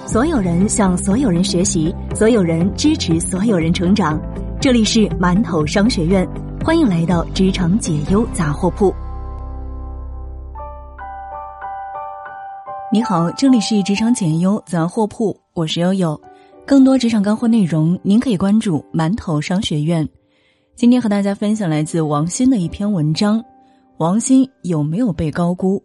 所有人向所有人学习，所有人支持所有人成长。这里是馒头商学院，欢迎来到职场解忧杂货铺。你好，这里是职场解忧杂货铺，我是悠悠。更多职场干货内容，您可以关注馒头商学院。今天和大家分享来自王鑫的一篇文章，王鑫有没有被高估？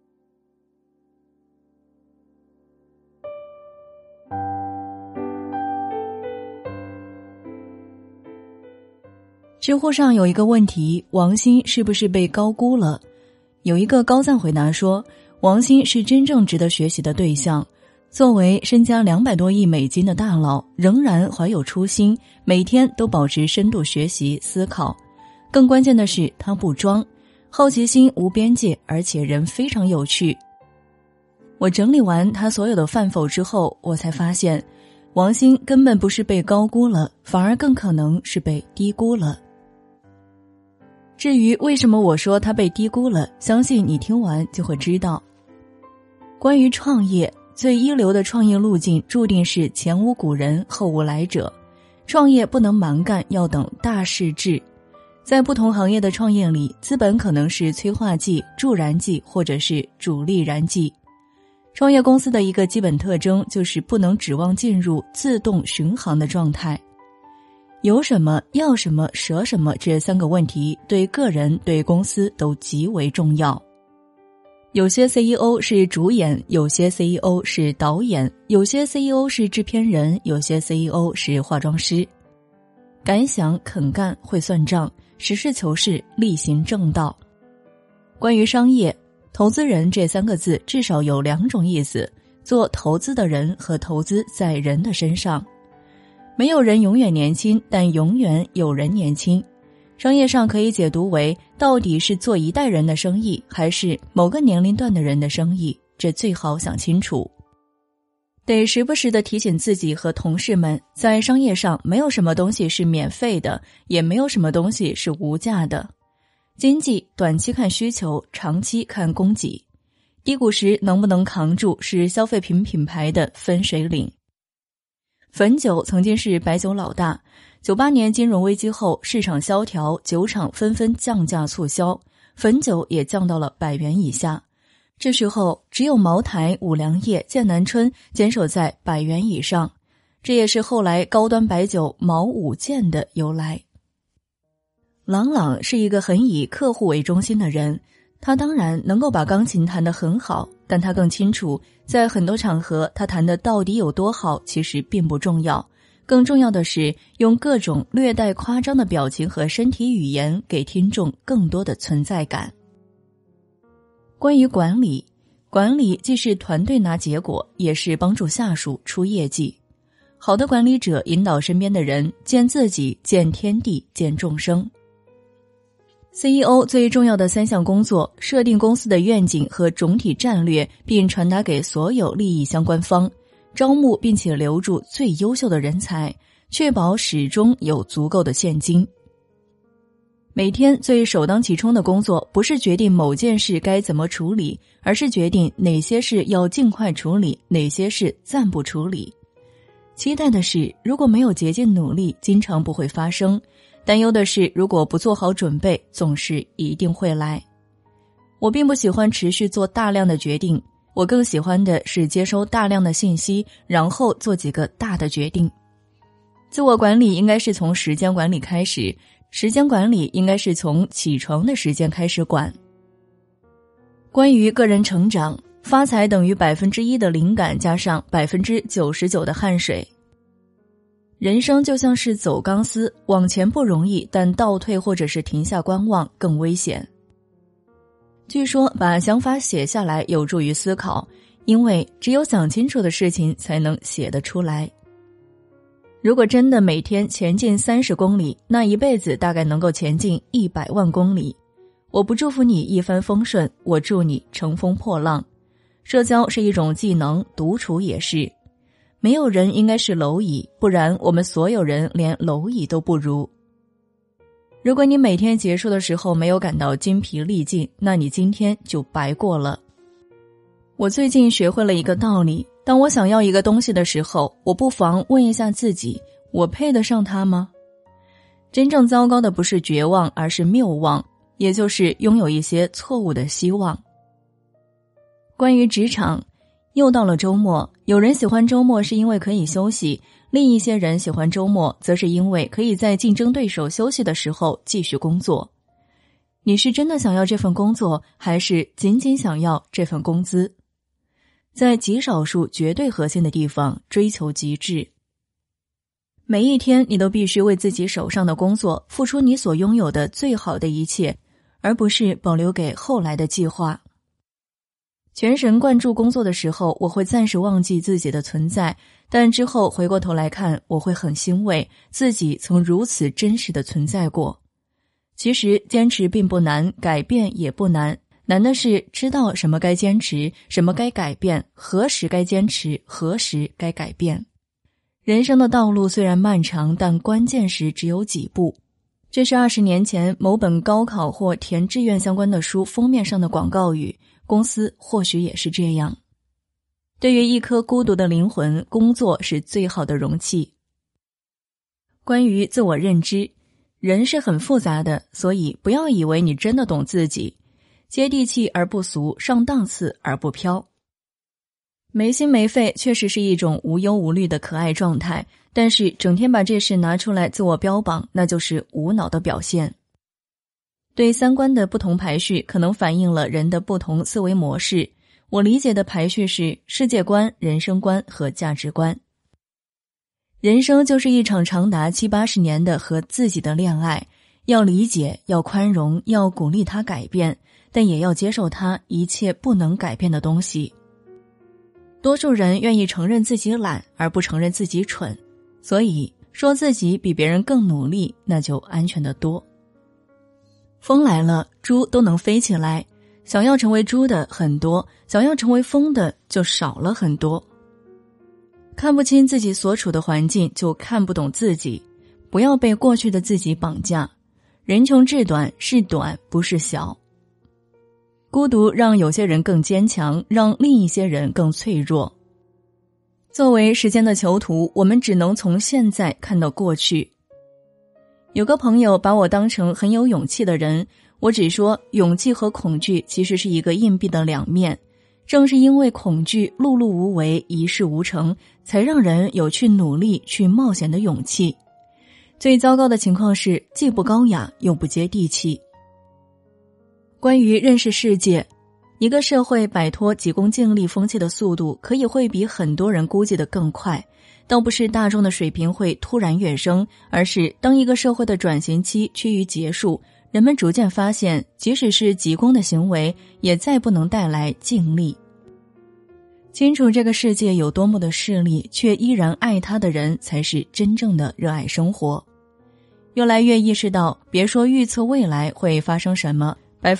知乎上有一个问题，王鑫是不是被高估了？有一个高赞回答说，王鑫是真正值得学习的对象。作为身家200多亿美金的大佬，仍然怀有初心，每天都保持深度学习思考。更关键的是，他不装，好奇心无边界，而且人非常有趣。我整理完他所有的范否之后，我才发现，王鑫根本不是被高估了，反而更可能是被低估了。至于为什么我说他被低估了，相信你听完就会知道。关于创业，最一流的创业路径注定是前无古人后无来者，创业不能蛮干，要等大势至。在不同行业的创业里，资本可能是催化剂、助燃剂或者是主力燃剂。创业公司的一个基本特征就是不能指望进入自动巡航的状态。有什么、要什么、舍什么这3个问题对个人、对公司都极为重要。有些 CEO 是主演，有些 CEO 是导演，有些 CEO 是制片人，有些 CEO 是化妆师。敢想肯干，会算账，实事求是，力行正道。关于商业，投资人这3个字至少有2种意思，做投资的人和投资在人的身上。没有人永远年轻，但永远有人年轻。商业上可以解读为，到底是做一代人的生意，还是某个年龄段的人的生意，这最好想清楚。得时不时地提醒自己和同事们，在商业上没有什么东西是免费的，也没有什么东西是无价的。经济短期看需求，长期看供给。低谷时能不能扛住，是消费品品牌的分水岭。汾酒曾经是白酒老大，98年金融危机后，市场萧条，酒厂纷纷降价促销，汾酒也降到了100元以下。这时候，只有茅台、五粮液、剑南春坚守在100元以上，这也是后来高端白酒茅五剑的由来。郎朗是一个很以客户为中心的人，他当然能够把钢琴弹得很好，但他更清楚，在很多场合他弹得到底有多好其实并不重要，更重要的是用各种略带夸张的表情和身体语言给听众更多的存在感。关于管理，管理既是团队拿结果，也是帮助下属出业绩。好的管理者引导身边的人见自己，见天地，见众生。CEO 最重要的3项工作，设定公司的愿景和总体战略，并传达给所有利益相关方，招募并且留住最优秀的人才，确保始终有足够的现金。每天最首当其冲的工作，不是决定某件事该怎么处理，而是决定哪些事要尽快处理，哪些事暂不处理。期待的是，如果没有竭尽努力，经常不会发生。担忧的是，如果不做好准备，总是一定会来。我并不喜欢持续做大量的决定，我更喜欢的是接收大量的信息，然后做几个大的决定。自我管理应该是从时间管理开始，时间管理应该是从起床的时间开始管。关于个人成长，发财等于1%的灵感加上99%的汗水。人生就像是走钢丝，往前不容易，但倒退或者是停下观望更危险。据说把想法写下来有助于思考，因为只有想清楚的事情才能写得出来。如果真的每天前进30公里，那一辈子大概能够前进100万公里。我不祝福你一帆风顺，我祝你乘风破浪。社交是一种技能，独处也是。没有人应该是蝼蚁，不然我们所有人连蝼蚁都不如。如果你每天结束的时候没有感到精疲力尽，那你今天就白过了。我最近学会了一个道理， 当我想要一个东西的时候，我不妨问一下自己，我配得上它吗？真正糟糕的不是绝望，而是谬妄，也就是拥有一些错误的希望。关于职场，又到了周末，有人喜欢周末是因为可以休息，另一些人喜欢周末则是因为可以在竞争对手休息的时候继续工作。你是真的想要这份工作，还是仅仅想要这份工资？在极少数绝对核心的地方追求极致。每一天你都必须为自己手上的工作付出你所拥有的最好的一切，而不是保留给后来的计划。全神贯注工作的时候，我会暂时忘记自己的存在，但之后回过头来看，我会很欣慰自己曾如此真实的存在过。其实坚持并不难，改变也不难，难的是知道什么该坚持，什么该改变，何时该坚持，何时该改变。人生的道路虽然漫长，但关键时只有几步。这是20年前某本高考或填志愿相关的书封面上的广告语，公司或许也是这样。对于一颗孤独的灵魂，工作是最好的容器。关于自我认知，人是很复杂的，所以不要以为你真的懂自己。接地气而不俗，上档次而不飘。没心没肺确实是一种无忧无虑的可爱状态，但是整天把这事拿出来自我标榜，那就是无脑的表现。对三观的不同排序可能反映了人的不同思维模式。我理解的排序是世界观、人生观和价值观。人生就是一场长达70-80年的和自己的恋爱，要理解，要宽容，要鼓励他改变，但也要接受他一切不能改变的东西。多数人愿意承认自己懒，而不承认自己蠢，所以说自己比别人更努力，那就安全得多。风来了，猪都能飞起来，想要成为猪的很多，想要成为风的就少了很多。看不清自己所处的环境，就看不懂自己，不要被过去的自己绑架。人穷志短，是短不是小。孤独让有些人更坚强，让另一些人更脆弱。作为时间的囚徒，我们只能从现在看到过去。有个朋友把我当成很有勇气的人，我只说勇气和恐惧其实是一个硬币的两面，正是因为恐惧碌碌无为，一事无成，才让人有去努力去冒险的勇气。最糟糕的情况是既不高雅又不接地气。关于认识世界，一个社会摆脱急功近利风气的速度会比很多人估计的更快，倒不是大众的水平会突然跃升，而是当一个社会的转型期趋于结束，人们逐渐发现，即使是急功的行为，也再不能带来静力。清楚这个世界有多么的势利，却依然爱它的人，才是真正的热爱生活。越来越意识到，别说预测未来会发生什么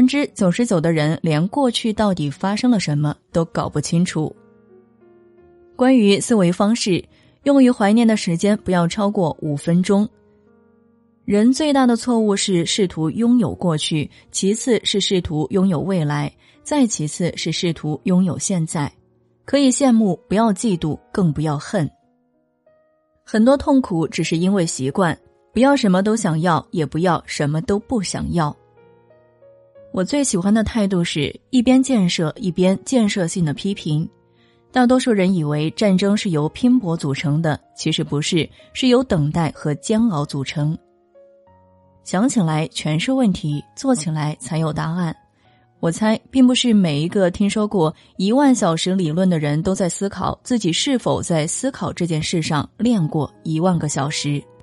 ，99%的人连过去到底发生了什么都搞不清楚。关于思维方式，用于怀念的时间不要超过5分钟。人最大的错误是试图拥有过去，其次是试图拥有未来，再其次是试图拥有现在。可以羡慕，不要嫉妒，更不要恨。很多痛苦只是因为习惯，不要什么都想要，也不要什么都不想要。我最喜欢的态度是一边建设一边建设性的批评。大多数人以为战争是由拼搏组成的，其实不是，是由等待和煎熬组成。想起来全是问题，做起来才有答案。我猜并不是每一个听说过10000小时理论的人都在思考自己是否在思考这件事上练过10000个小时。